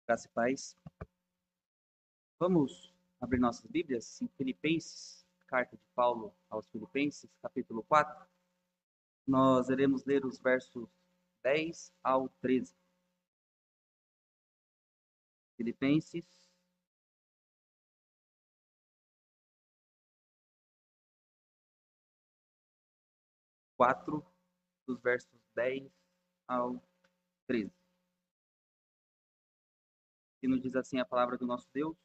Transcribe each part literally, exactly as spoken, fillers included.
Graça e paz. Vamos abrir nossas Bíblias em Filipenses, carta de Paulo aos Filipenses, capítulo quatro. Nós iremos ler os versos dez ao treze. Filipenses quatro, dos versos dez ao treze. Que nos diz assim a palavra do nosso Deus: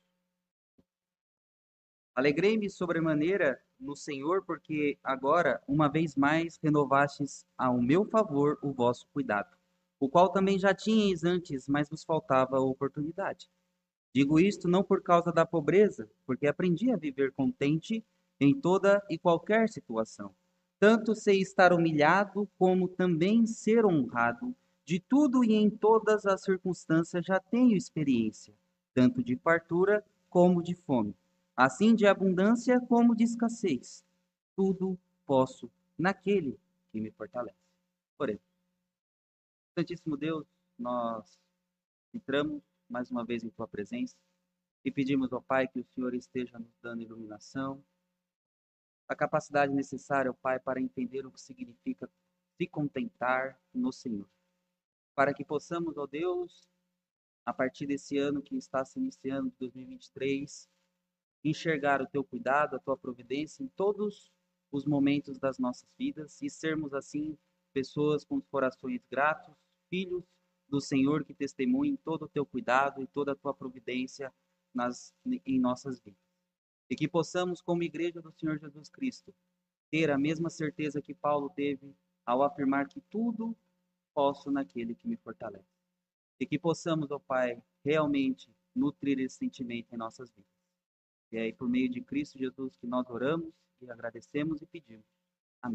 Alegrei-me sobremaneira no Senhor, porque agora, uma vez mais, renovastes ao meu favor o vosso cuidado, o qual também já tinhais antes, mas vos faltava a oportunidade. Digo isto não por causa da pobreza, porque aprendi a viver contente em toda e qualquer situação. Tanto sei estar humilhado, como também ser honrado. De tudo e em todas as circunstâncias já tenho experiência, tanto de fartura como de fome, assim de abundância como de escassez. Tudo posso naquele que me fortalece. Porém, Santíssimo Deus, nós entramos mais uma vez em tua presença e pedimos ao Pai que o Senhor esteja nos dando iluminação, a capacidade necessária, ó Pai, para entender o que significa se contentar no Senhor. Para que possamos, ó Deus, a partir desse ano que está se iniciando, de dois mil e vinte e três, enxergar o teu cuidado, a tua providência em todos os momentos das nossas vidas e sermos, assim, pessoas com os corações gratos, filhos do Senhor que testemunhem todo o teu cuidado e toda a tua providência nas, em nossas vidas. E que possamos, como igreja do Senhor Jesus Cristo, ter a mesma certeza que Paulo teve ao afirmar que tudo posso naquele que me fortalece. E que possamos, ó Pai, realmente nutrir esse sentimento em nossas vidas. E é aí, por meio de Cristo Jesus, que nós oramos e agradecemos e pedimos. Amém.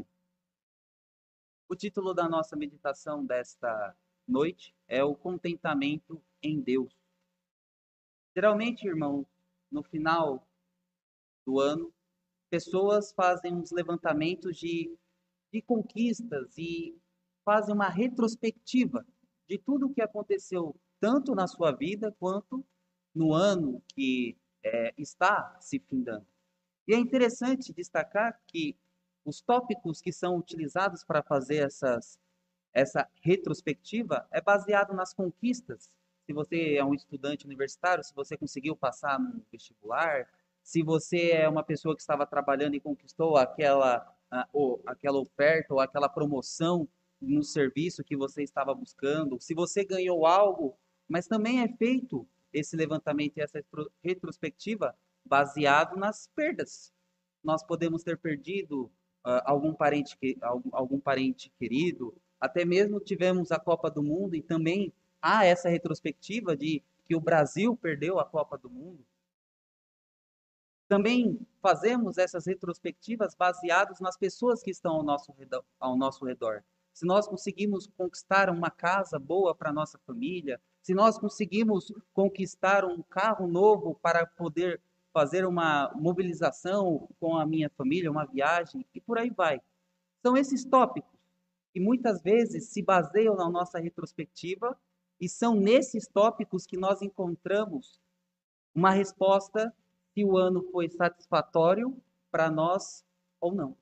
O título da nossa meditação desta noite é o contentamento em Deus. Geralmente, irmãos, no final do ano, pessoas fazem uns levantamentos de, de conquistas e fazem uma retrospectiva de tudo o que aconteceu, tanto na sua vida quanto no ano que é, está se findando. E é interessante destacar que os tópicos que são utilizados para fazer essas, essa retrospectiva é baseado nas conquistas. Se você é um estudante universitário, se você conseguiu passar no vestibular, se você é uma pessoa que estava trabalhando e conquistou aquela, uh, ou, aquela oferta ou aquela promoção no serviço que você estava buscando, se você ganhou algo, mas também é feito esse levantamento e essa retrospectiva baseado nas perdas. Nós podemos ter perdido uh, algum, parente, algum, algum parente querido, até mesmo tivemos a Copa do Mundo e também há essa retrospectiva de que o Brasil perdeu a Copa do Mundo. Também fazemos essas retrospectivas baseadas nas pessoas que estão ao nosso redor. Ao nosso redor. Se nós conseguimos conquistar uma casa boa para nossa família, se nós conseguimos conquistar um carro novo para poder fazer uma mobilização com a minha família, uma viagem, e por aí vai. São esses tópicos que muitas vezes se baseiam na nossa retrospectiva e são nesses tópicos que nós encontramos uma resposta se o ano foi satisfatório para nós ou não.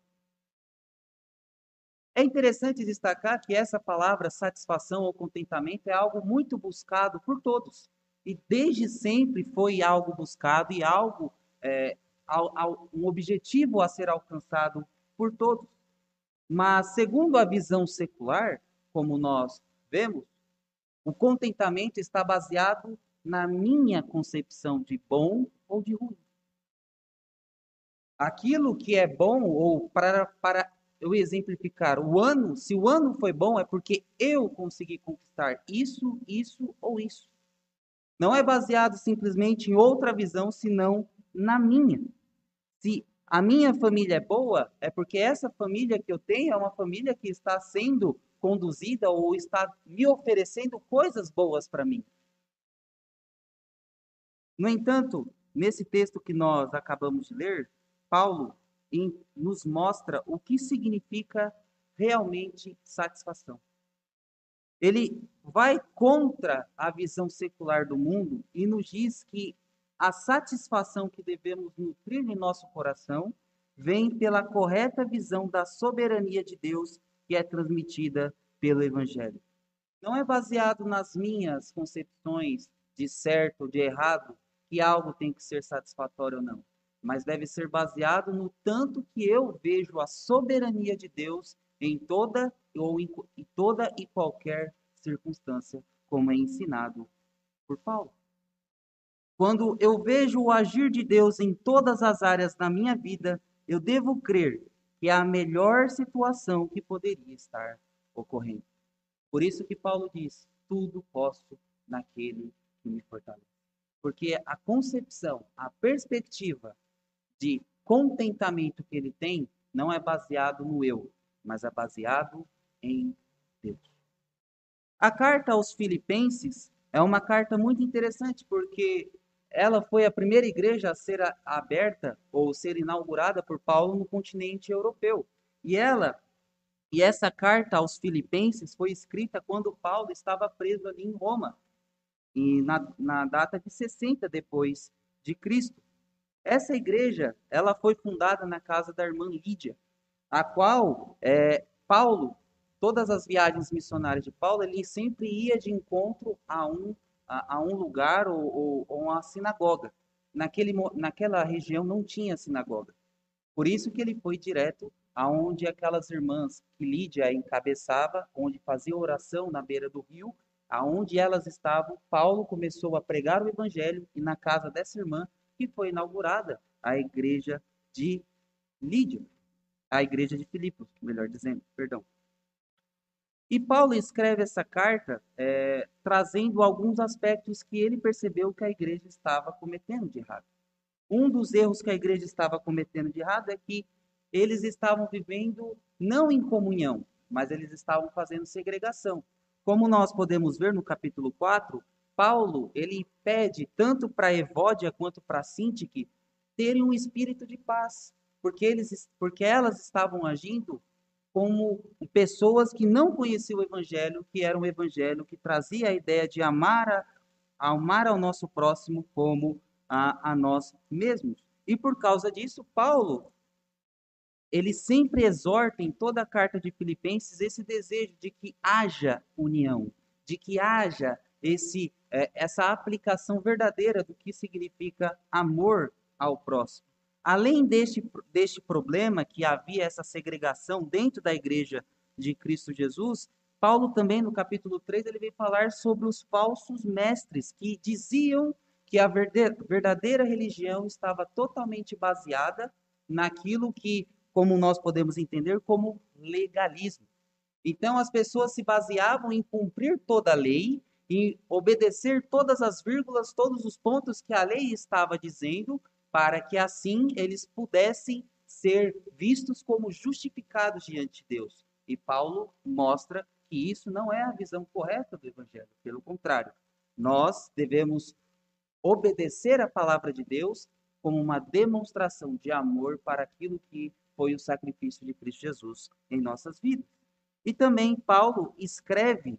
É interessante destacar que essa palavra satisfação ou contentamento é algo muito buscado por todos. E desde sempre foi algo buscado e algo, é, um objetivo a ser alcançado por todos. Mas, segundo a visão secular, como nós vemos, o contentamento está baseado na minha concepção de bom ou de ruim. Aquilo que é bom, ou para, para eu exemplificar, o ano, se o ano foi bom, é porque eu consegui conquistar isso, isso ou isso. Não é baseado simplesmente em outra visão, senão na minha. Se a minha família é boa, é porque essa família que eu tenho é uma família que está sendo conduzida ou está me oferecendo coisas boas para mim. No entanto, nesse texto que nós acabamos de ler, Paulo nos mostra o que significa realmente satisfação. Ele vai contra a visão secular do mundo e nos diz que a satisfação que devemos nutrir em nosso coração vem pela correta visão da soberania de Deus que é transmitida pelo Evangelho. Não é baseado nas minhas concepções de certo ou de errado que algo tem que ser satisfatório ou não, mas deve ser baseado no tanto que eu vejo a soberania de Deus em toda ou em, em toda e qualquer circunstância, como é ensinado por Paulo. Quando eu vejo o agir de Deus em todas as áreas da minha vida, eu devo crer que é a melhor situação que poderia estar ocorrendo. Por isso que Paulo diz: tudo posso naquele que me fortalece. Porque a concepção, a perspectiva de contentamento que ele tem não é baseado no eu, mas é baseado em Deus. A carta aos Filipenses é uma carta muito interessante porque ela foi a primeira igreja a ser aberta ou ser inaugurada por Paulo no continente europeu. E ela e essa carta aos Filipenses foi escrita quando Paulo estava preso ali em Roma, e na, na data de sessenta depois de Cristo. Essa igreja, ela foi fundada na casa da irmã Lídia, a qual é, Paulo, todas as viagens missionárias de Paulo, ele sempre ia de encontro a um, a, a um lugar ou, ou, ou uma sinagoga. Naquele, naquela região não tinha sinagoga. Por isso que ele foi direto aonde aquelas irmãs que Lídia encabeçava, onde fazia oração na beira do rio, aonde elas estavam, Paulo começou a pregar o evangelho e na casa dessa irmã que foi inaugurada a igreja de Lídia, a igreja de Filipos, melhor dizendo, perdão. E Paulo escreve essa carta é, trazendo alguns aspectos que ele percebeu que a igreja estava cometendo de errado. Um dos erros que a igreja estava cometendo de errado é que eles estavam vivendo não em comunhão, mas eles estavam fazendo segregação. Como nós podemos ver no capítulo quatro, Paulo, ele pede tanto para Evódia quanto para Sintique terem um espírito de paz, porque eles porque elas estavam agindo como pessoas que não conheciam o evangelho, que era um evangelho que trazia a ideia de amar a, amar ao nosso próximo como a, a nós mesmos. E por causa disso, Paulo, ele sempre exorta em toda a carta de Filipenses esse desejo de que haja união, de que haja esse, é, essa aplicação verdadeira do que significa amor ao próximo. Além deste, deste problema que havia essa segregação dentro da igreja de Cristo Jesus, Paulo também no capítulo três ele vem falar sobre os falsos mestres que diziam que a verdadeira religião estava totalmente baseada naquilo que, como nós podemos entender, como legalismo. Então, as pessoas se baseavam em cumprir toda a lei, em obedecer todas as vírgulas, todos os pontos que a lei estava dizendo, para que assim eles pudessem ser vistos como justificados diante de Deus. E Paulo mostra que isso não é a visão correta do Evangelho, pelo contrário, nós devemos obedecer a palavra de Deus como uma demonstração de amor para aquilo que foi o sacrifício de Cristo Jesus em nossas vidas. E também Paulo escreve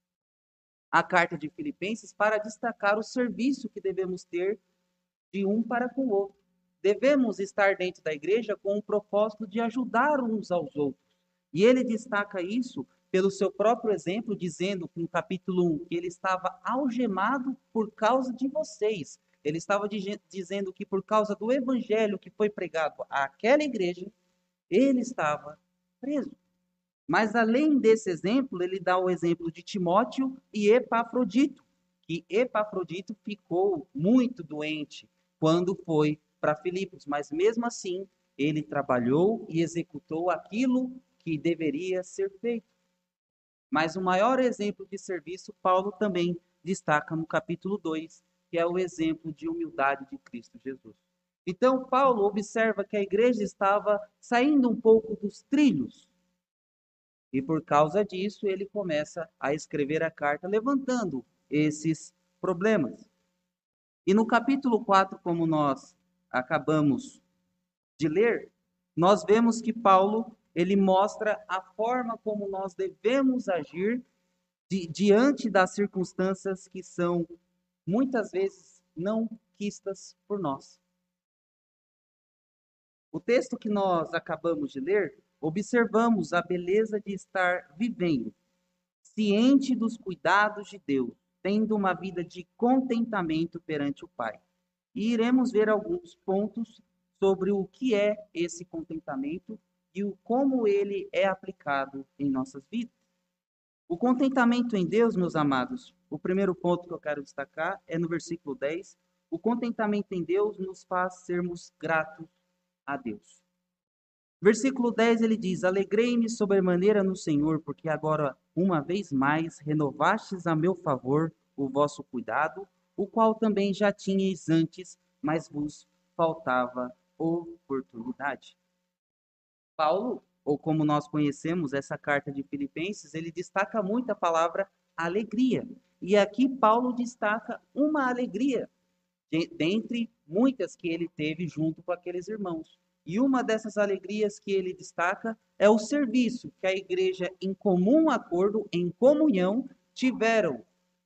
a carta de Filipenses para destacar o serviço que devemos ter de um para com o outro. Devemos estar dentro da igreja com o propósito de ajudar uns aos outros. E ele destaca isso pelo seu próprio exemplo, dizendo no capítulo um que ele estava algemado por causa de vocês. Ele estava dizendo que por causa do evangelho que foi pregado àquela igreja, ele estava preso. Mas além desse exemplo, ele dá o exemplo de Timóteo e Epafrodito, que Epafrodito ficou muito doente quando foi para Filipos, mas mesmo assim ele trabalhou e executou aquilo que deveria ser feito. Mas o maior exemplo de serviço, Paulo também destaca no capítulo dois, que é o exemplo de humildade de Cristo Jesus. Então, Paulo observa que a igreja estava saindo um pouco dos trilhos. E por causa disso, ele começa a escrever a carta levantando esses problemas. E no capítulo quatro, como nós acabamos de ler, nós vemos que Paulo, ele mostra a forma como nós devemos agir di diante das circunstâncias que são muitas vezes não quistas por nós. O texto que nós acabamos de ler, observamos a beleza de estar vivendo, ciente dos cuidados de Deus, tendo uma vida de contentamento perante o Pai. E iremos ver alguns pontos sobre o que é esse contentamento e o como ele é aplicado em nossas vidas. O contentamento em Deus, meus amados, o primeiro ponto que eu quero destacar é no versículo dez. O contentamento em Deus nos faz sermos gratos a Deus. Versículo dez ele diz: Alegrei-me sobremaneira no Senhor, porque agora, uma vez mais, renovastes a meu favor o vosso cuidado, o qual também já tinhais antes, mas vos faltava oportunidade. Paulo, ou como nós conhecemos essa carta de Filipenses, ele destaca muito a palavra alegria. E aqui Paulo destaca uma alegria, dentre muitas que ele teve junto com aqueles irmãos. E uma dessas alegrias que ele destaca é o serviço que a igreja, em comum acordo, em comunhão, tiveram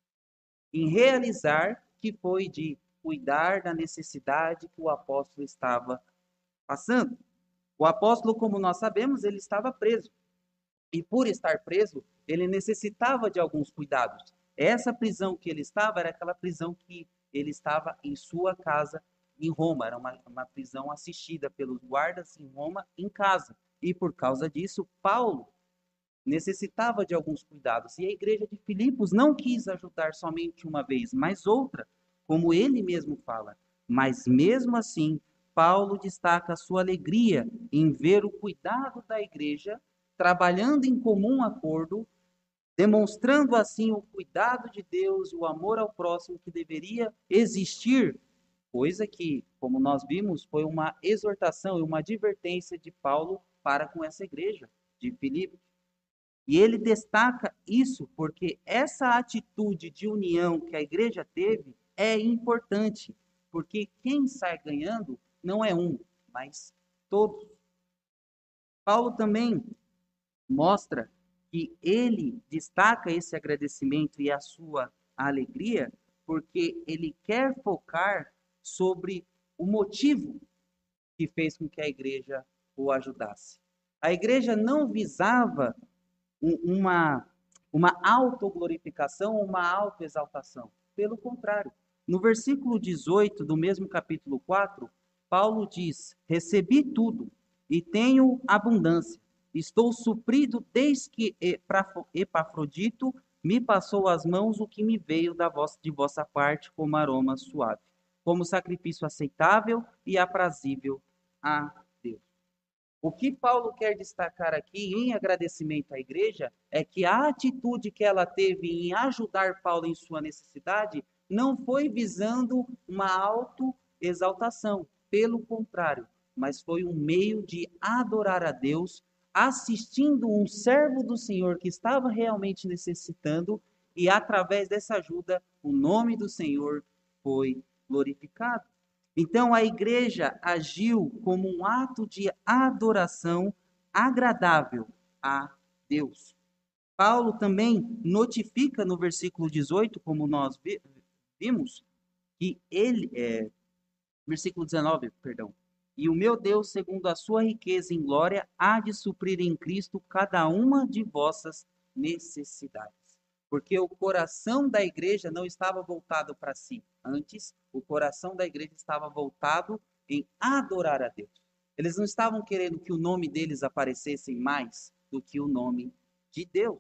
em realizar, que foi de cuidar da necessidade que o apóstolo estava passando. O apóstolo, como nós sabemos, ele estava preso. E por estar preso, ele necessitava de alguns cuidados. Essa prisão que ele estava era aquela prisão que ele estava em sua casa em Roma. Era uma, uma prisão assistida pelos guardas em Roma em casa. E por causa disso, Paulo necessitava de alguns cuidados. E a igreja de Filipos não quis ajudar somente uma vez, mas outra, como ele mesmo fala. Mas mesmo assim, Paulo destaca a sua alegria em ver o cuidado da igreja trabalhando em comum acordo, demonstrando assim o cuidado de Deus, o amor ao próximo que deveria existir, coisa que, como nós vimos, foi uma exortação e uma advertência de Paulo para com essa igreja de Filipos. E ele destaca isso porque essa atitude de união que a igreja teve é importante, porque quem sai ganhando não é um, mas todos. Paulo também mostra que ele destaca esse agradecimento e a sua alegria porque ele quer focar sobre o motivo que fez com que a igreja o ajudasse. A igreja não visava uma, uma autoglorificação, uma autoexaltação. Pelo contrário, no versículo dezoito do mesmo capítulo quatro, Paulo diz: Recebi tudo e tenho abundância. Estou suprido desde que Epafrodito me passou às mãos o que me veio da vossa, de vossa parte como aroma suave, como sacrifício aceitável e aprazível a Deus. O que Paulo quer destacar aqui em agradecimento à igreja é que a atitude que ela teve em ajudar Paulo em sua necessidade não foi visando uma autoexaltação, pelo contrário, mas foi um meio de adorar a Deus, assistindo um servo do Senhor que estava realmente necessitando e através dessa ajuda o nome do Senhor foi glorificado. Então a igreja agiu como um ato de adoração agradável a Deus. Paulo também notifica no versículo dezoito, como nós vimos, que ele, é, versículo dezenove, perdão, e o meu Deus, segundo a sua riqueza em glória, há de suprir em Cristo cada uma de vossas necessidades. Porque o coração da igreja não estava voltado para si. Antes, o coração da igreja estava voltado em adorar a Deus. Eles não estavam querendo que o nome deles aparecesse mais do que o nome de Deus.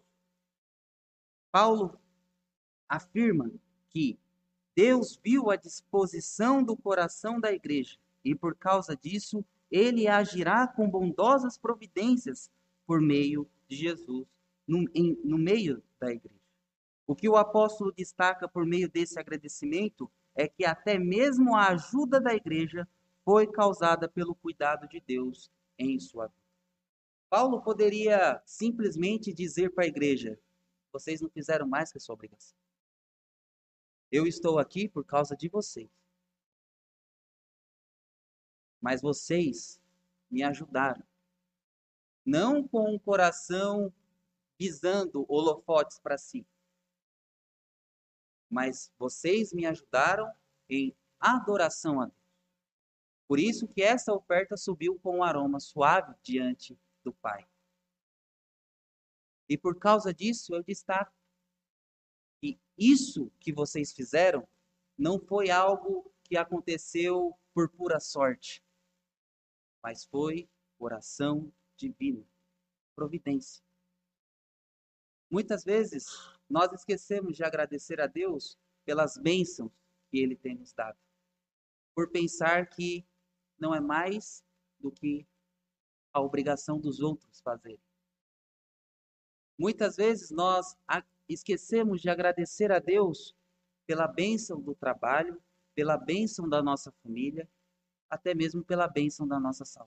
Paulo afirma que Deus viu a disposição do coração da igreja e, por causa disso, ele agirá com bondosas providências por meio de Jesus, no, em, no meio da igreja. O que o apóstolo destaca por meio desse agradecimento é que até mesmo a ajuda da igreja foi causada pelo cuidado de Deus em sua vida. Paulo poderia simplesmente dizer para a igreja: vocês não fizeram mais que a sua obrigação. Eu estou aqui por causa de vocês. Mas vocês me ajudaram. Não com um coração visando holofotes para si, mas vocês me ajudaram em adoração a Deus. Por isso que essa oferta subiu com um aroma suave diante do Pai. E por causa disso eu destaco que isso que vocês fizeram não foi algo que aconteceu por pura sorte, mas foi oração divina, providência. Muitas vezes nós esquecemos de agradecer a Deus pelas bênçãos que Ele tem nos dado, por pensar que não é mais do que a obrigação dos outros fazerem. Muitas vezes nós esquecemos de agradecer a Deus pela bênção do trabalho, pela bênção da nossa família, até mesmo pela bênção da nossa saúde.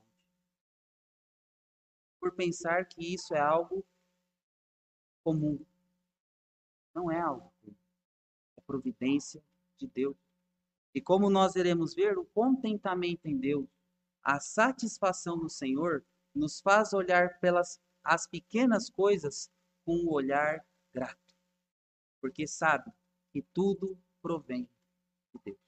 Por pensar que isso é algo comum. Não é algo comum. É providência de Deus. E como nós iremos ver, o contentamento em Deus, a satisfação no Senhor, nos faz olhar pelas as pequenas coisas com um olhar grato. Porque sabe que tudo provém de Deus.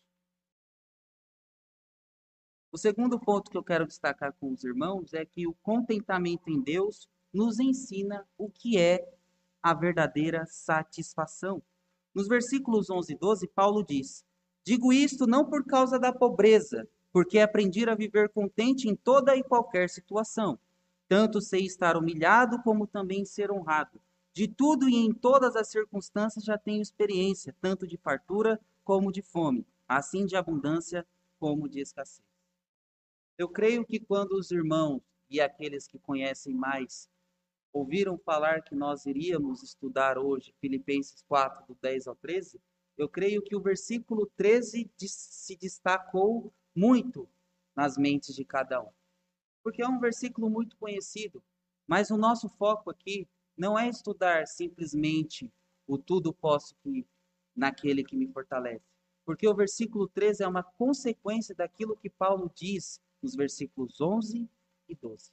O segundo ponto que eu quero destacar com os irmãos é que o contentamento em Deus nos ensina o que é a verdadeira satisfação. Nos versículos onze e doze, Paulo diz: digo isto não por causa da pobreza, porque aprendi a viver contente em toda e qualquer situação. Tanto sei estar humilhado como também ser honrado. De tudo e em todas as circunstâncias já tenho experiência, tanto de fartura como de fome, assim de abundância como de escassez. Eu creio que quando os irmãos e aqueles que conhecem mais ouviram falar que nós iríamos estudar hoje Filipenses quatro, do dez ao treze, eu creio que o versículo treze se destacou muito nas mentes de cada um. Porque é um versículo muito conhecido, mas o nosso foco aqui não é estudar simplesmente o tudo posso que naquele que me fortalece. Porque o versículo treze é uma consequência daquilo que Paulo diz nos versículos onze e doze.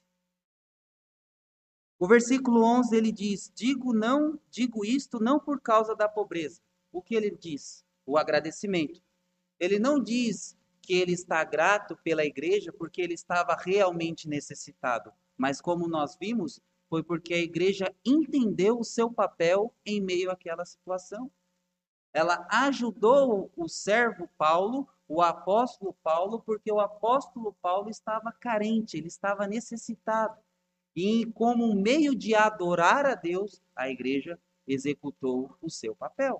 O versículo onze ele diz: "Digo não, digo isto não por causa da pobreza". O que ele diz? O agradecimento. Ele não diz que ele está grato pela igreja porque ele estava realmente necessitado, mas como nós vimos, foi porque a igreja entendeu o seu papel em meio àquela situação. Ela ajudou o servo Paulo, o apóstolo Paulo, porque o apóstolo Paulo estava carente, ele estava necessitado. E como um meio de adorar a Deus, a igreja executou o seu papel.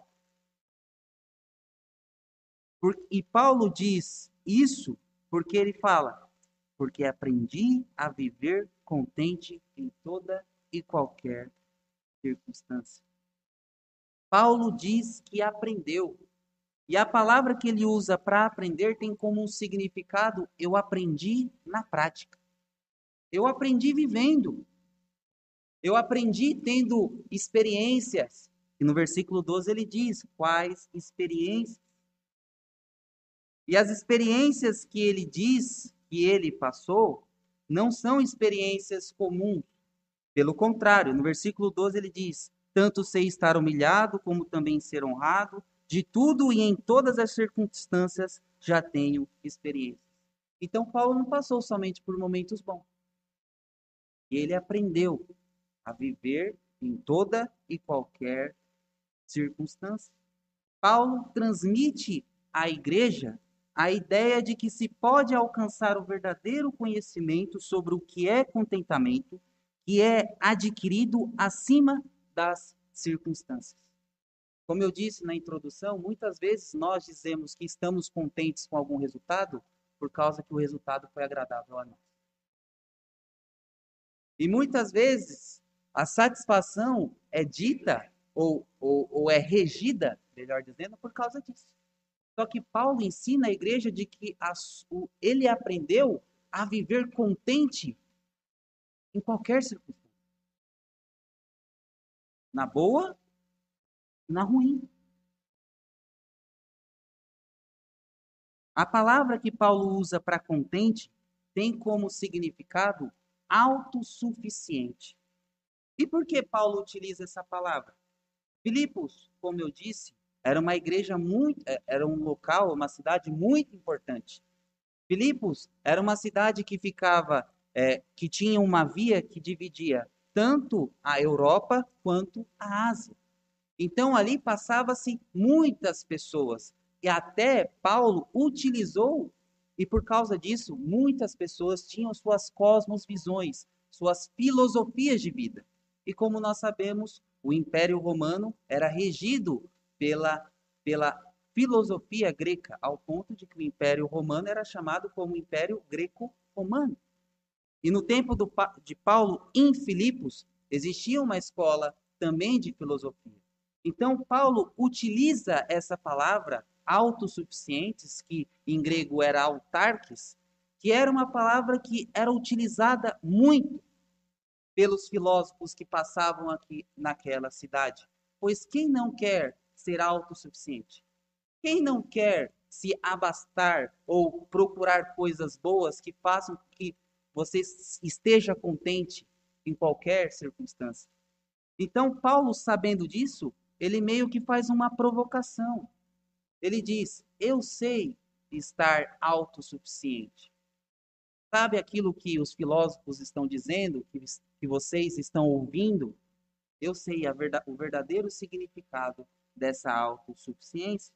E Paulo diz isso porque ele fala, porque aprendi a viver contente em toda e qualquer circunstância. Paulo diz que aprendeu. E a palavra que ele usa para aprender tem como um significado: eu aprendi na prática. Eu aprendi vivendo. Eu aprendi tendo experiências. E no versículo doze ele diz: quais experiências? E as experiências que ele diz que ele passou não são experiências comuns. Pelo contrário, no versículo doze ele diz: tanto sei estar humilhado como também ser honrado, de tudo e em todas as circunstâncias já tenho experiência. Então Paulo não passou somente por momentos bons. Ele aprendeu a viver em toda e qualquer circunstância. Paulo transmite à igreja a ideia de que se pode alcançar o verdadeiro conhecimento sobre o que é contentamento, que é adquirido acima das circunstâncias. Como eu disse na introdução, muitas vezes nós dizemos que estamos contentes com algum resultado por causa que o resultado foi agradável a nós. E muitas vezes a satisfação é dita ou, ou, ou é regida, melhor dizendo, por causa disso. Só que Paulo ensina a igreja de que a, o, ele aprendeu a viver contente em qualquer circunstância. Na boa, na ruim. A palavra que Paulo usa para contente tem como significado autossuficiente. E por que Paulo utiliza essa palavra? Filipos, como eu disse, Era uma igreja muito, era um local, uma cidade muito importante. Filipos era uma cidade que ficava, é, que tinha uma via que dividia tanto a Europa quanto a Ásia. Então ali passava-se muitas pessoas e até Paulo utilizou, e por causa disso, muitas pessoas tinham suas cosmovisões, suas filosofias de vida. E como nós sabemos, o Império Romano era regido pela, pela filosofia greca, ao ponto de que o Império Romano era chamado como Império Greco-Romano. E no tempo do, de Paulo, em Filipos, existia uma escola também de filosofia. Então, Paulo utiliza essa palavra autossuficientes, que em grego era autarques, que era uma palavra que era utilizada muito pelos filósofos que passavam aqui naquela cidade. Pois quem não quer ser autossuficiente? Quem não quer se abastar ou procurar coisas boas que façam que você esteja contente em qualquer circunstância? Então, Paulo, sabendo disso, ele meio que faz uma provocação. Ele diz: eu sei estar autossuficiente. Sabe aquilo que os filósofos estão dizendo, que, que vocês estão ouvindo? Eu sei a verdade, o verdadeiro significado dessa autossuficiência.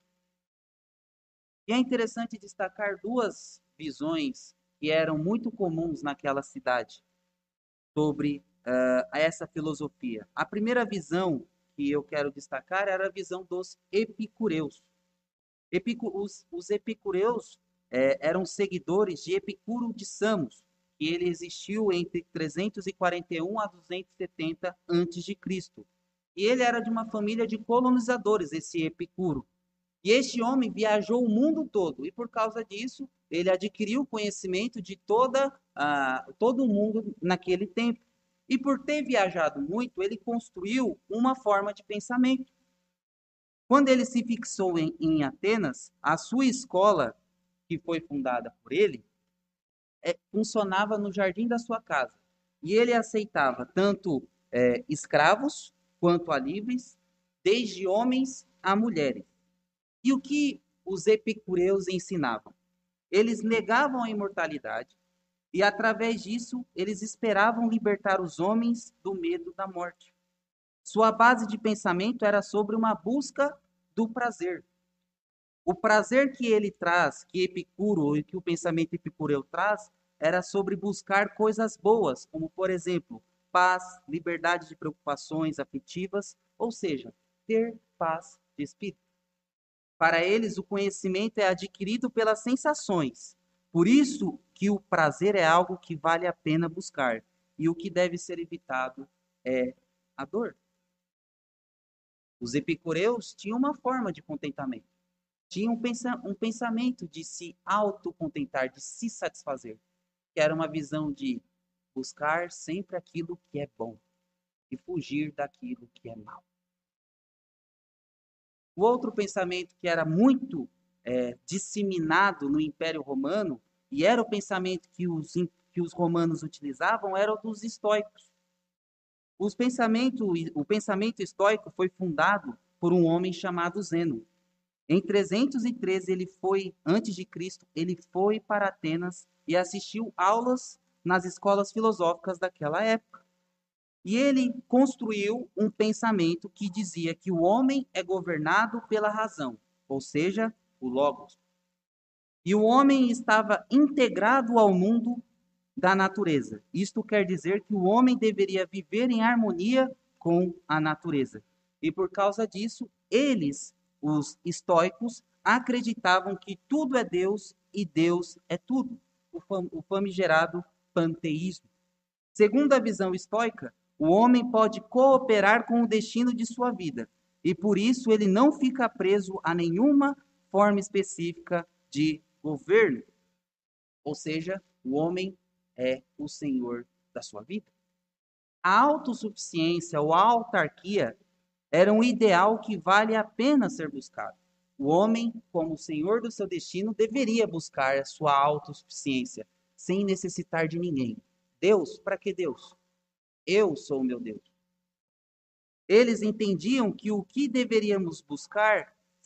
E é interessante destacar duas visões que eram muito comuns naquela cidade sobre uh, essa filosofia. A primeira visão que eu quero destacar era a visão dos epicureus. Epicu os, os epicureus eh, eram seguidores de Epicuro de Samos, que ele existiu entre trezentos e quarenta e um a duzentos e setenta antes de Cristo. E ele era de uma família de colonizadores, esse Epicuro. E este homem viajou o mundo todo, e por causa disso, ele adquiriu conhecimento de toda, uh, todo o mundo naquele tempo. E por ter viajado muito, ele construiu uma forma de pensamento. Quando ele se fixou em, em Atenas, a sua escola, que foi fundada por ele, é, funcionava no jardim da sua casa. E ele aceitava tanto é, escravos quanto a livres, desde homens a mulheres. E o que os epicureus ensinavam? Eles negavam a imortalidade e, através disso, eles esperavam libertar os homens do medo da morte. Sua base de pensamento era sobre uma busca do prazer. O prazer que ele traz, que Epicuro e que o pensamento epicureu traz, era sobre buscar coisas boas, como, por exemplo, paz, liberdade de preocupações afetivas, ou seja, ter paz de espírito. Para eles, o conhecimento é adquirido pelas sensações. Por isso que o prazer é algo que vale a pena buscar. E o que deve ser evitado é a dor. Os epicureus tinham uma forma de contentamento. Tinham um pensamento de se autocontentar, de se satisfazer. Que era uma visão de buscar sempre aquilo que é bom e fugir daquilo que é mal. O outro pensamento que era muito é, disseminado no Império Romano, e era o pensamento que os, que os romanos utilizavam, era o dos estoicos. Os pensamento, o pensamento estoico foi fundado por um homem chamado Zeno. Em trezentos e treze, ele foi, antes de Cristo, ele foi para Atenas e assistiu aulas nas escolas filosóficas daquela época. E ele construiu um pensamento que dizia que o homem é governado pela razão, ou seja, o Logos. E o homem estava integrado ao mundo da natureza. Isto quer dizer que o homem deveria viver em harmonia com a natureza. E por causa disso, eles, os estoicos, acreditavam que tudo é Deus e Deus é tudo. O famigerado panteísmo. Segundo a visão estoica, o homem pode cooperar com o destino de sua vida, e por isso ele não fica preso a nenhuma forma específica de governo. Ou seja, o homem é o senhor da sua vida. A autossuficiência ou a autarquia era um ideal que vale a pena ser buscado. O homem, como senhor do seu destino, deveria buscar a sua autossuficiência, sem necessitar de ninguém. Deus, para que Deus? Eu sou o meu Deus. Eles entendiam que o que deveríamos buscar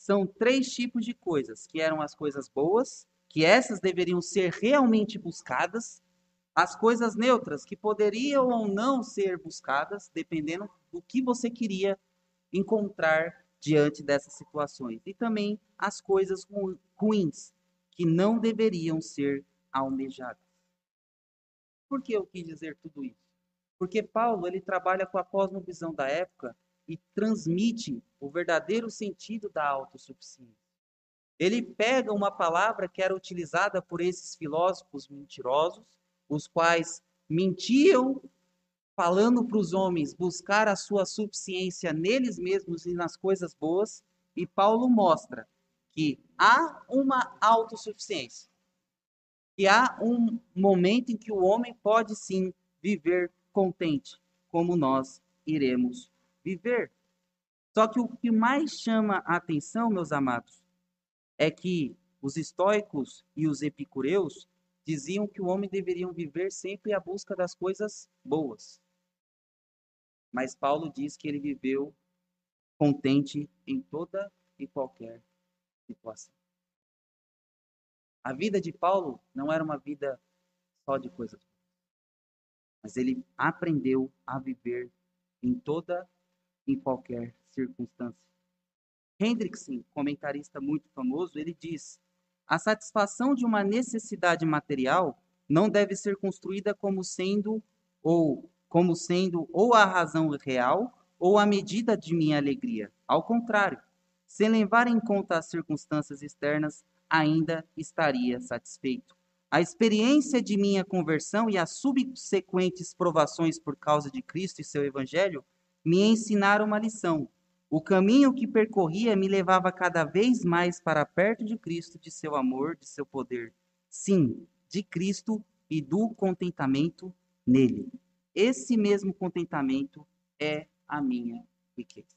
são três tipos de coisas, que eram as coisas boas, que essas deveriam ser realmente buscadas, as coisas neutras, que poderiam ou não ser buscadas, dependendo do que você queria encontrar diante dessas situações. E também as coisas ru- ruins, que não deveriam ser almejadas. Por que eu quis dizer tudo isso? Porque Paulo, ele trabalha com a cosmovisão da época e transmite o verdadeiro sentido da autossuficiência. Ele pega uma palavra que era utilizada por esses filósofos mentirosos, os quais mentiam falando para os homens buscar a sua suficiência neles mesmos e nas coisas boas, e Paulo mostra que há uma autossuficiência, que há um momento em que o homem pode sim viver contente, como nós iremos viver. Só que o que mais chama a atenção, meus amados, é que os estoicos e os epicureus diziam que o homem deveria viver sempre à busca das coisas boas. Mas Paulo diz que ele viveu contente em toda e qualquer situação. A vida de Paulo não era uma vida só de coisas boas, mas ele aprendeu a viver em toda e qualquer circunstância. Hendrickson, comentarista muito famoso, ele diz: a satisfação de uma necessidade material não deve ser construída como sendo ou como sendo ou a razão real ou a medida de minha alegria. Ao contrário, sem levar em conta as circunstâncias externas, ainda estaria satisfeito. A experiência de minha conversão e as subsequentes provações por causa de Cristo e seu evangelho me ensinaram uma lição. O caminho que percorria me levava cada vez mais para perto de Cristo, de seu amor, de seu poder. Sim, de Cristo e do contentamento nele. Esse mesmo contentamento é a minha riqueza.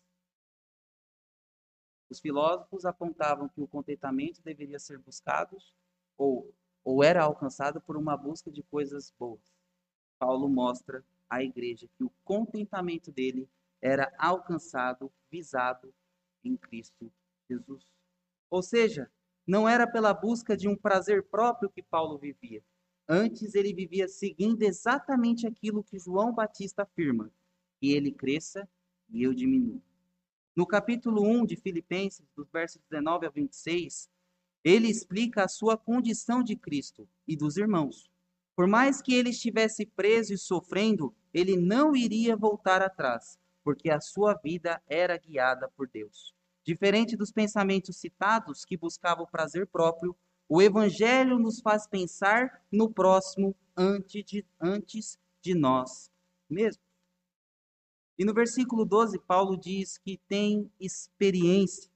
Os filósofos apontavam que o contentamento deveria ser buscado ou, ou era alcançado por uma busca de coisas boas. Paulo mostra à igreja que o contentamento dele era alcançado, visado em Cristo Jesus. Ou seja, não era pela busca de um prazer próprio que Paulo vivia. Antes ele vivia seguindo exatamente aquilo que João Batista afirma, que ele cresça e eu diminua. No capítulo um de Filipenses, dos versos dezenove a vinte e seis, ele explica a sua condição de Cristo e dos irmãos. Por mais que ele estivesse preso e sofrendo, ele não iria voltar atrás, porque a sua vida era guiada por Deus. Diferente dos pensamentos citados que buscavam o prazer próprio, o Evangelho nos faz pensar no próximo antes de, antes de nós mesmos. E no versículo doze, Paulo diz que tem experiência,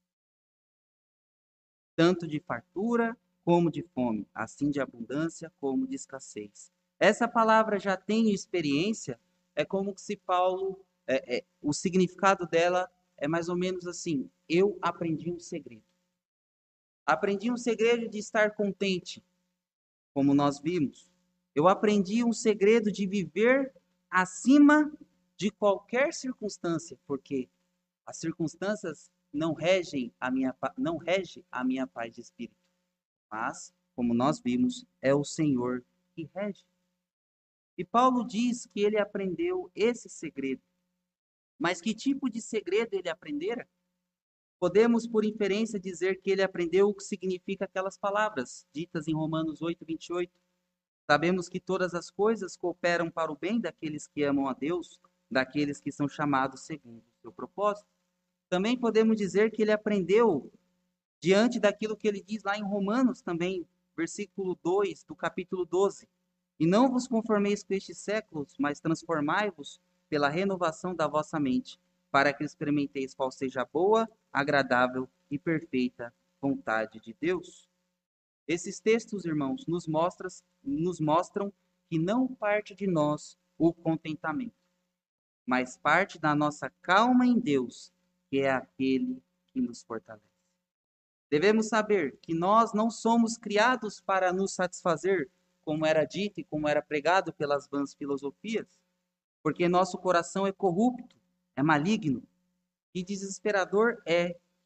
tanto de fartura como de fome, assim de abundância como de escassez. Essa palavra já tem experiência, é como se Paulo, é, é, o significado dela é mais ou menos assim: eu aprendi um segredo. Aprendi um segredo de estar contente, como nós vimos. Eu aprendi um segredo de viver acima de qualquer circunstância, porque as circunstâncias não regem a minha, não rege a minha paz de espírito. Mas, como nós vimos, é o Senhor que rege. E Paulo diz que ele aprendeu esse segredo. Mas que tipo de segredo ele aprendera? Podemos, por inferência, dizer que ele aprendeu o que significa aquelas palavras ditas em Romanos oito, vinte e oito. Sabemos que todas as coisas cooperam para o bem daqueles que amam a Deus, daqueles que são chamados segundo o seu propósito. Também podemos dizer que ele aprendeu diante daquilo que ele diz lá em Romanos também, versículo dois do capítulo doze. E não vos conformeis com estes séculos, mas transformai-vos pela renovação da vossa mente, para que experimenteis qual seja a boa, agradável e perfeita vontade de Deus. Esses textos, irmãos, nos mostram, nos mostram que não parte de nós o contentamento, mas parte da nossa calma em Deus, que é aquele que nos fortalece. Devemos saber que nós não somos criados para nos satisfazer, como era dito e como era pregado pelas vãs filosofias, porque nosso coração é corrupto, é maligno, e desesperador é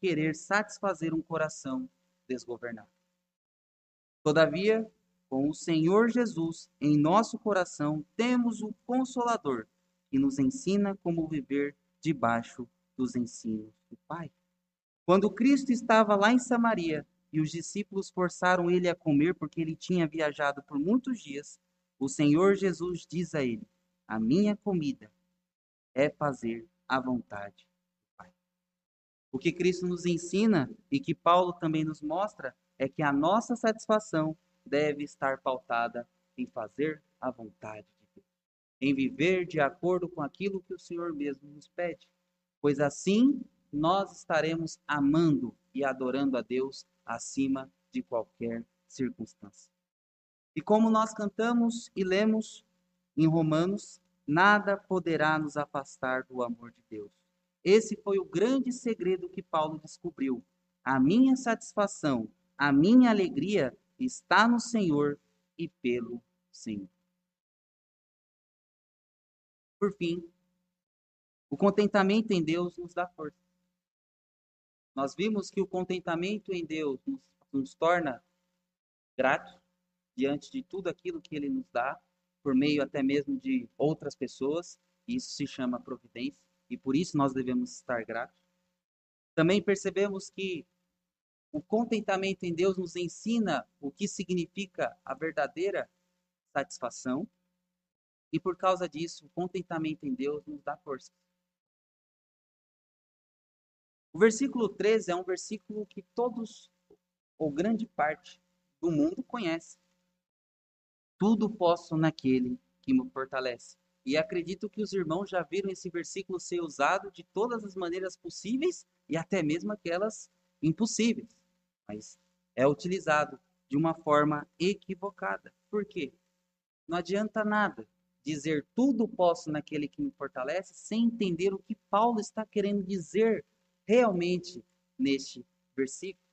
querer satisfazer um coração desgovernado. Todavia, com o Senhor Jesus em nosso coração, temos o Consolador, que nos ensina como viver debaixo dos ensinos do Pai. Quando Cristo estava lá em Samaria e os discípulos forçaram ele a comer porque ele tinha viajado por muitos dias, o Senhor Jesus diz a ele: a minha comida é fazer a vontade do Pai. O que Cristo nos ensina e que Paulo também nos mostra é que a nossa satisfação deve estar pautada em fazer a vontade de Deus, em viver de acordo com aquilo que o Senhor mesmo nos pede, pois assim nós estaremos amando e adorando a Deus acima de qualquer circunstância. E como nós cantamos e lemos em Romanos, nada poderá nos afastar do amor de Deus. Esse foi o grande segredo que Paulo descobriu. A minha satisfação, a minha alegria está no Senhor e pelo Senhor. Por fim, o contentamento em Deus nos dá força. Nós vimos que o contentamento em Deus nos, nos torna gratos diante de tudo aquilo que Ele nos dá, por meio até mesmo de outras pessoas, e isso se chama providência, e por isso nós devemos estar gratos. Também percebemos que o contentamento em Deus nos ensina o que significa a verdadeira satisfação, e por causa disso, o contentamento em Deus nos dá força. O versículo treze é um versículo que todos, ou grande parte do mundo, conhece. Tudo posso naquele que me fortalece. E acredito que os irmãos já viram esse versículo ser usado de todas as maneiras possíveis e até mesmo aquelas impossíveis. Mas é utilizado de uma forma equivocada. Por quê? Não adianta nada dizer tudo posso naquele que me fortalece sem entender o que Paulo está querendo dizer realmente neste versículo.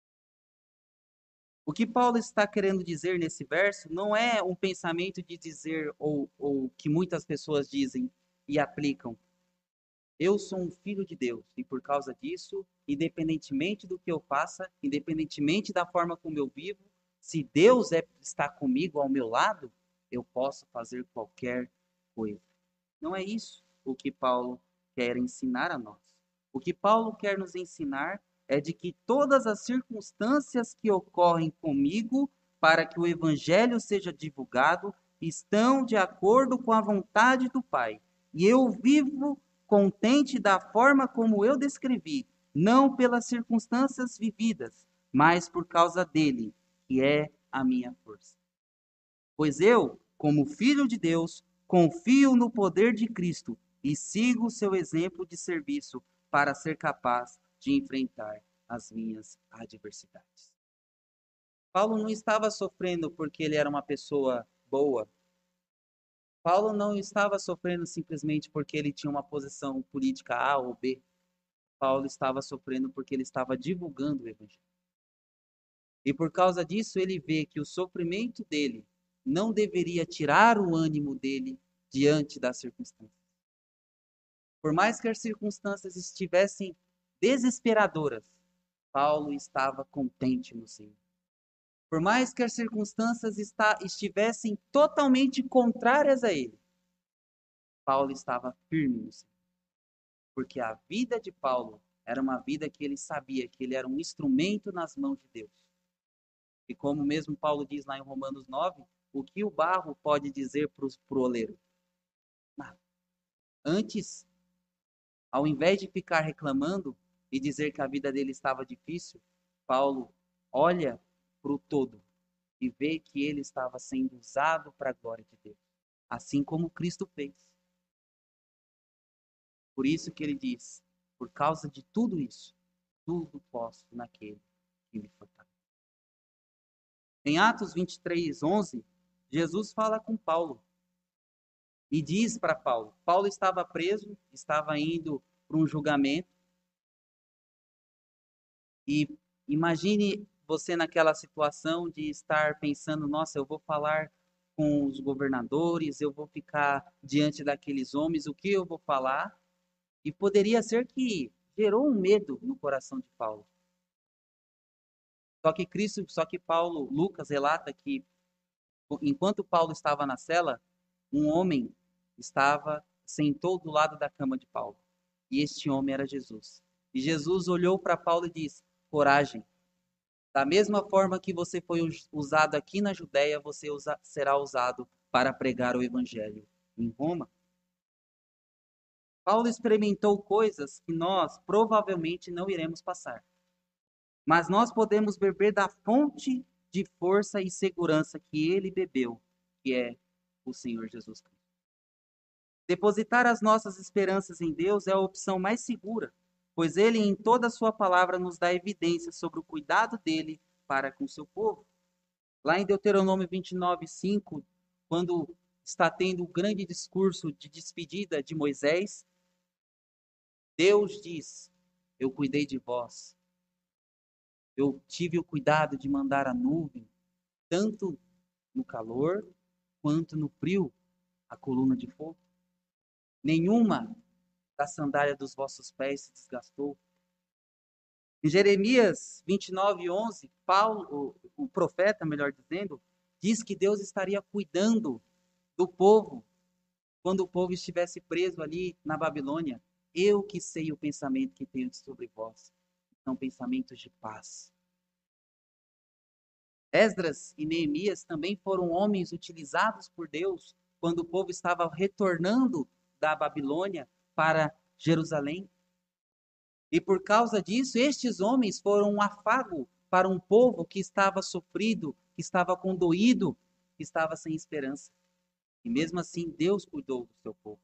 O que Paulo está querendo dizer nesse verso não é um pensamento de dizer, ou, ou que muitas pessoas dizem e aplicam: eu sou um filho de Deus, e por causa disso, independentemente do que eu faça, independentemente da forma como eu vivo, se Deus é, está comigo, ao meu lado, eu posso fazer qualquer coisa. Não é isso o que Paulo quer ensinar a nós. O que Paulo quer nos ensinar é de que todas as circunstâncias que ocorrem comigo para que o evangelho seja divulgado estão de acordo com a vontade do Pai. E eu vivo contente da forma como eu descrevi, não pelas circunstâncias vividas, mas por causa dele, que é a minha força. Pois eu, como filho de Deus, confio no poder de Cristo e sigo o seu exemplo de serviço para ser capaz de enfrentar as minhas adversidades. Paulo não estava sofrendo porque ele era uma pessoa boa. Paulo não estava sofrendo simplesmente porque ele tinha uma posição política A ou B. Paulo estava sofrendo porque ele estava divulgando o evangelho. E por causa disso ele vê que o sofrimento dele não deveria tirar o ânimo dele diante das circunstâncias. Por mais que as circunstâncias estivessem desesperadoras, Paulo estava contente no Senhor. Por mais que as circunstâncias estivessem totalmente contrárias a ele, Paulo estava firme no Senhor. Porque a vida de Paulo era uma vida que ele sabia que ele era um instrumento nas mãos de Deus. E como mesmo Paulo diz lá em Romanos nove, o que o barro pode dizer para o oleiro? Nada. Antes, ao invés de ficar reclamando e dizer que a vida dele estava difícil, Paulo olha para o todo e vê que ele estava sendo usado para a glória de Deus, assim como Cristo fez. Por isso que ele diz, por causa de tudo isso, tudo posso naquele que me fortalece. Em Atos vinte e três, onze, Jesus fala com Paulo e diz para Paulo, Paulo estava preso, estava indo para um julgamento, e imagine você naquela situação de estar pensando, nossa, eu vou falar com os governadores, eu vou ficar diante daqueles homens, o que eu vou falar? E poderia ser que gerou um medo no coração de Paulo. Só que Cristo, só que Paulo, Lucas relata que enquanto Paulo estava na cela, um homem estava, sentou do lado da cama de Paulo. E este homem era Jesus. E Jesus olhou para Paulo e disse: coragem. Da mesma forma que você foi usado aqui na Judéia, você usa, será usado para pregar o evangelho em Roma. Paulo experimentou coisas que nós provavelmente não iremos passar. Mas nós podemos beber da fonte de força e segurança que ele bebeu, que é o Senhor Jesus Cristo. Depositar as nossas esperanças em Deus é a opção mais segura, pois ele em toda a sua palavra nos dá evidência sobre o cuidado dele para com seu povo. Lá em Deuteronômio vinte e nove, cinco, quando está tendo o grande discurso de despedida de Moisés, Deus diz: eu cuidei de vós. Eu tive o cuidado de mandar a nuvem, tanto no calor quanto no frio, a coluna de fogo. Nenhuma da sandália dos vossos pés se desgastou. Em Jeremias vinte e nove, onze, Paulo, o, o profeta, melhor dizendo, diz que Deus estaria cuidando do povo quando o povo estivesse preso ali na Babilônia. Eu que sei o pensamento que tenho sobre vós. São pensamentos de paz. Esdras e Neemias também foram homens utilizados por Deus quando o povo estava retornando da Babilônia para Jerusalém. E por causa disso, estes homens foram um afago para um povo que estava sofrido, que estava condoído, que estava sem esperança. E mesmo assim, Deus cuidou do seu povo.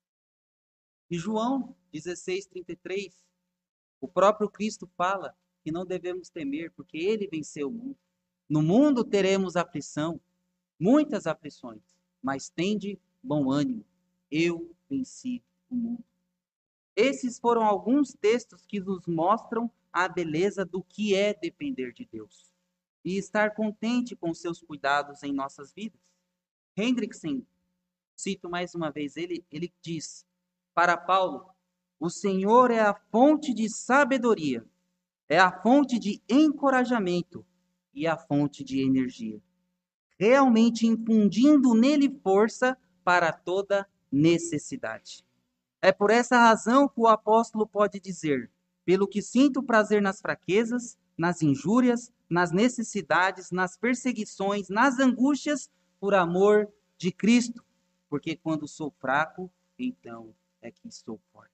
E João dezesseis, trinta e três, o próprio Cristo fala que não devemos temer, porque ele venceu o mundo. No mundo teremos aflição, muitas aflições, mas tende bom ânimo. Eu venci o mundo. Esses foram alguns textos que nos mostram a beleza do que é depender de Deus e estar contente com seus cuidados em nossas vidas. Hendrickson, cito mais uma vez ele, ele diz para Paulo: o Senhor é a fonte de sabedoria, é a fonte de encorajamento e a fonte de energia, realmente infundindo nele força para toda necessidade. É por essa razão que o apóstolo pode dizer: pelo que sinto prazer nas fraquezas, nas injúrias, nas necessidades, nas perseguições, nas angústias, por amor de Cristo. Porque quando sou fraco, então é que sou forte.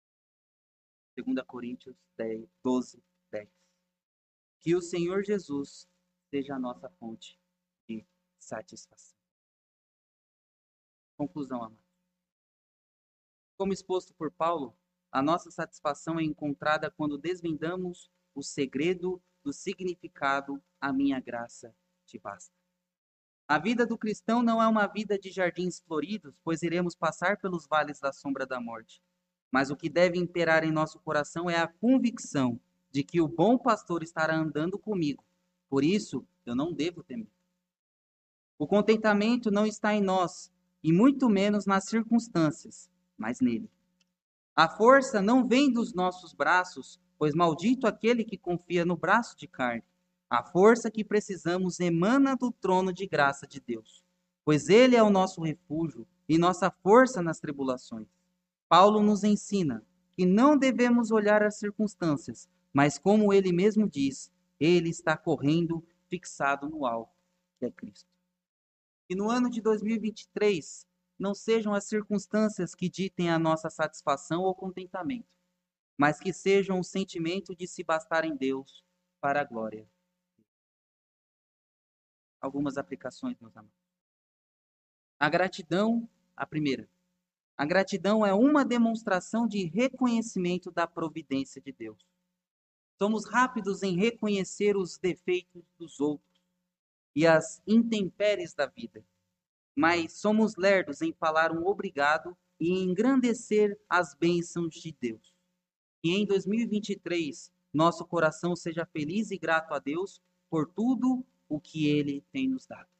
segunda Coríntios dez, doze, dez. Que o Senhor Jesus seja a nossa fonte de satisfação. Conclusão, amado. Como exposto por Paulo, a nossa satisfação é encontrada quando desvendamos o segredo do significado "a minha graça te basta". A vida do cristão não é uma vida de jardins floridos, pois iremos passar pelos vales da sombra da morte. Mas o que deve imperar em nosso coração é a convicção de que o bom pastor estará andando comigo. Por isso, eu não devo temer. O contentamento não está em nós, e muito menos nas circunstâncias, mas nele. A força não vem dos nossos braços, pois maldito aquele que confia no braço de carne. A força que precisamos emana do trono de graça de Deus, pois ele é o nosso refúgio e nossa força nas tribulações. Paulo nos ensina que não devemos olhar as circunstâncias, mas como ele mesmo diz, ele está correndo fixado no alvo, que é Cristo. E no ano de dois mil e vinte e três, não sejam as circunstâncias que ditem a nossa satisfação ou contentamento, mas que sejam o sentimento de se bastar em Deus para a glória. Algumas aplicações, meus amados. A gratidão, a primeira. A gratidão é uma demonstração de reconhecimento da providência de Deus. Somos rápidos em reconhecer os defeitos dos outros e as intempéries da vida, mas somos lerdos em falar um obrigado e em engrandecer as bênçãos de Deus. Que em dois mil e vinte e três nosso coração seja feliz e grato a Deus por tudo o que Ele tem nos dado.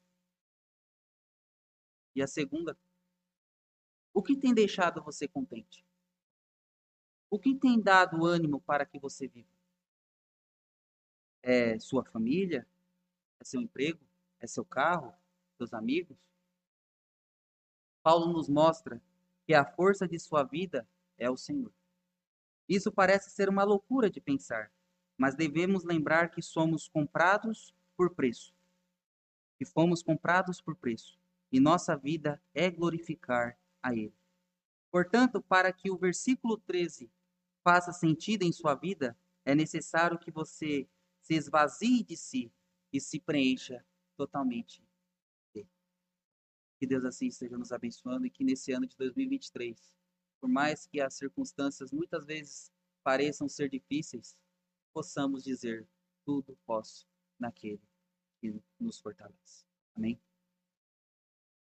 E a segunda, o que tem deixado você contente? O que tem dado ânimo para que você viva? É sua família? É seu emprego? É seu carro? Seus amigos? Paulo nos mostra que a força de sua vida é o Senhor. Isso parece ser uma loucura de pensar, mas devemos lembrar que somos comprados por preço, que fomos comprados por preço, e nossa vida é glorificar a Ele. Portanto, para que o versículo treze faça sentido em sua vida, é necessário que você se esvazie de si e se preencha totalmente dele. Que Deus assim esteja nos abençoando e que nesse ano de dois mil e vinte e três, por mais que as circunstâncias muitas vezes pareçam ser difíceis, possamos dizer: tudo posso naquele que nos fortalece. Amém?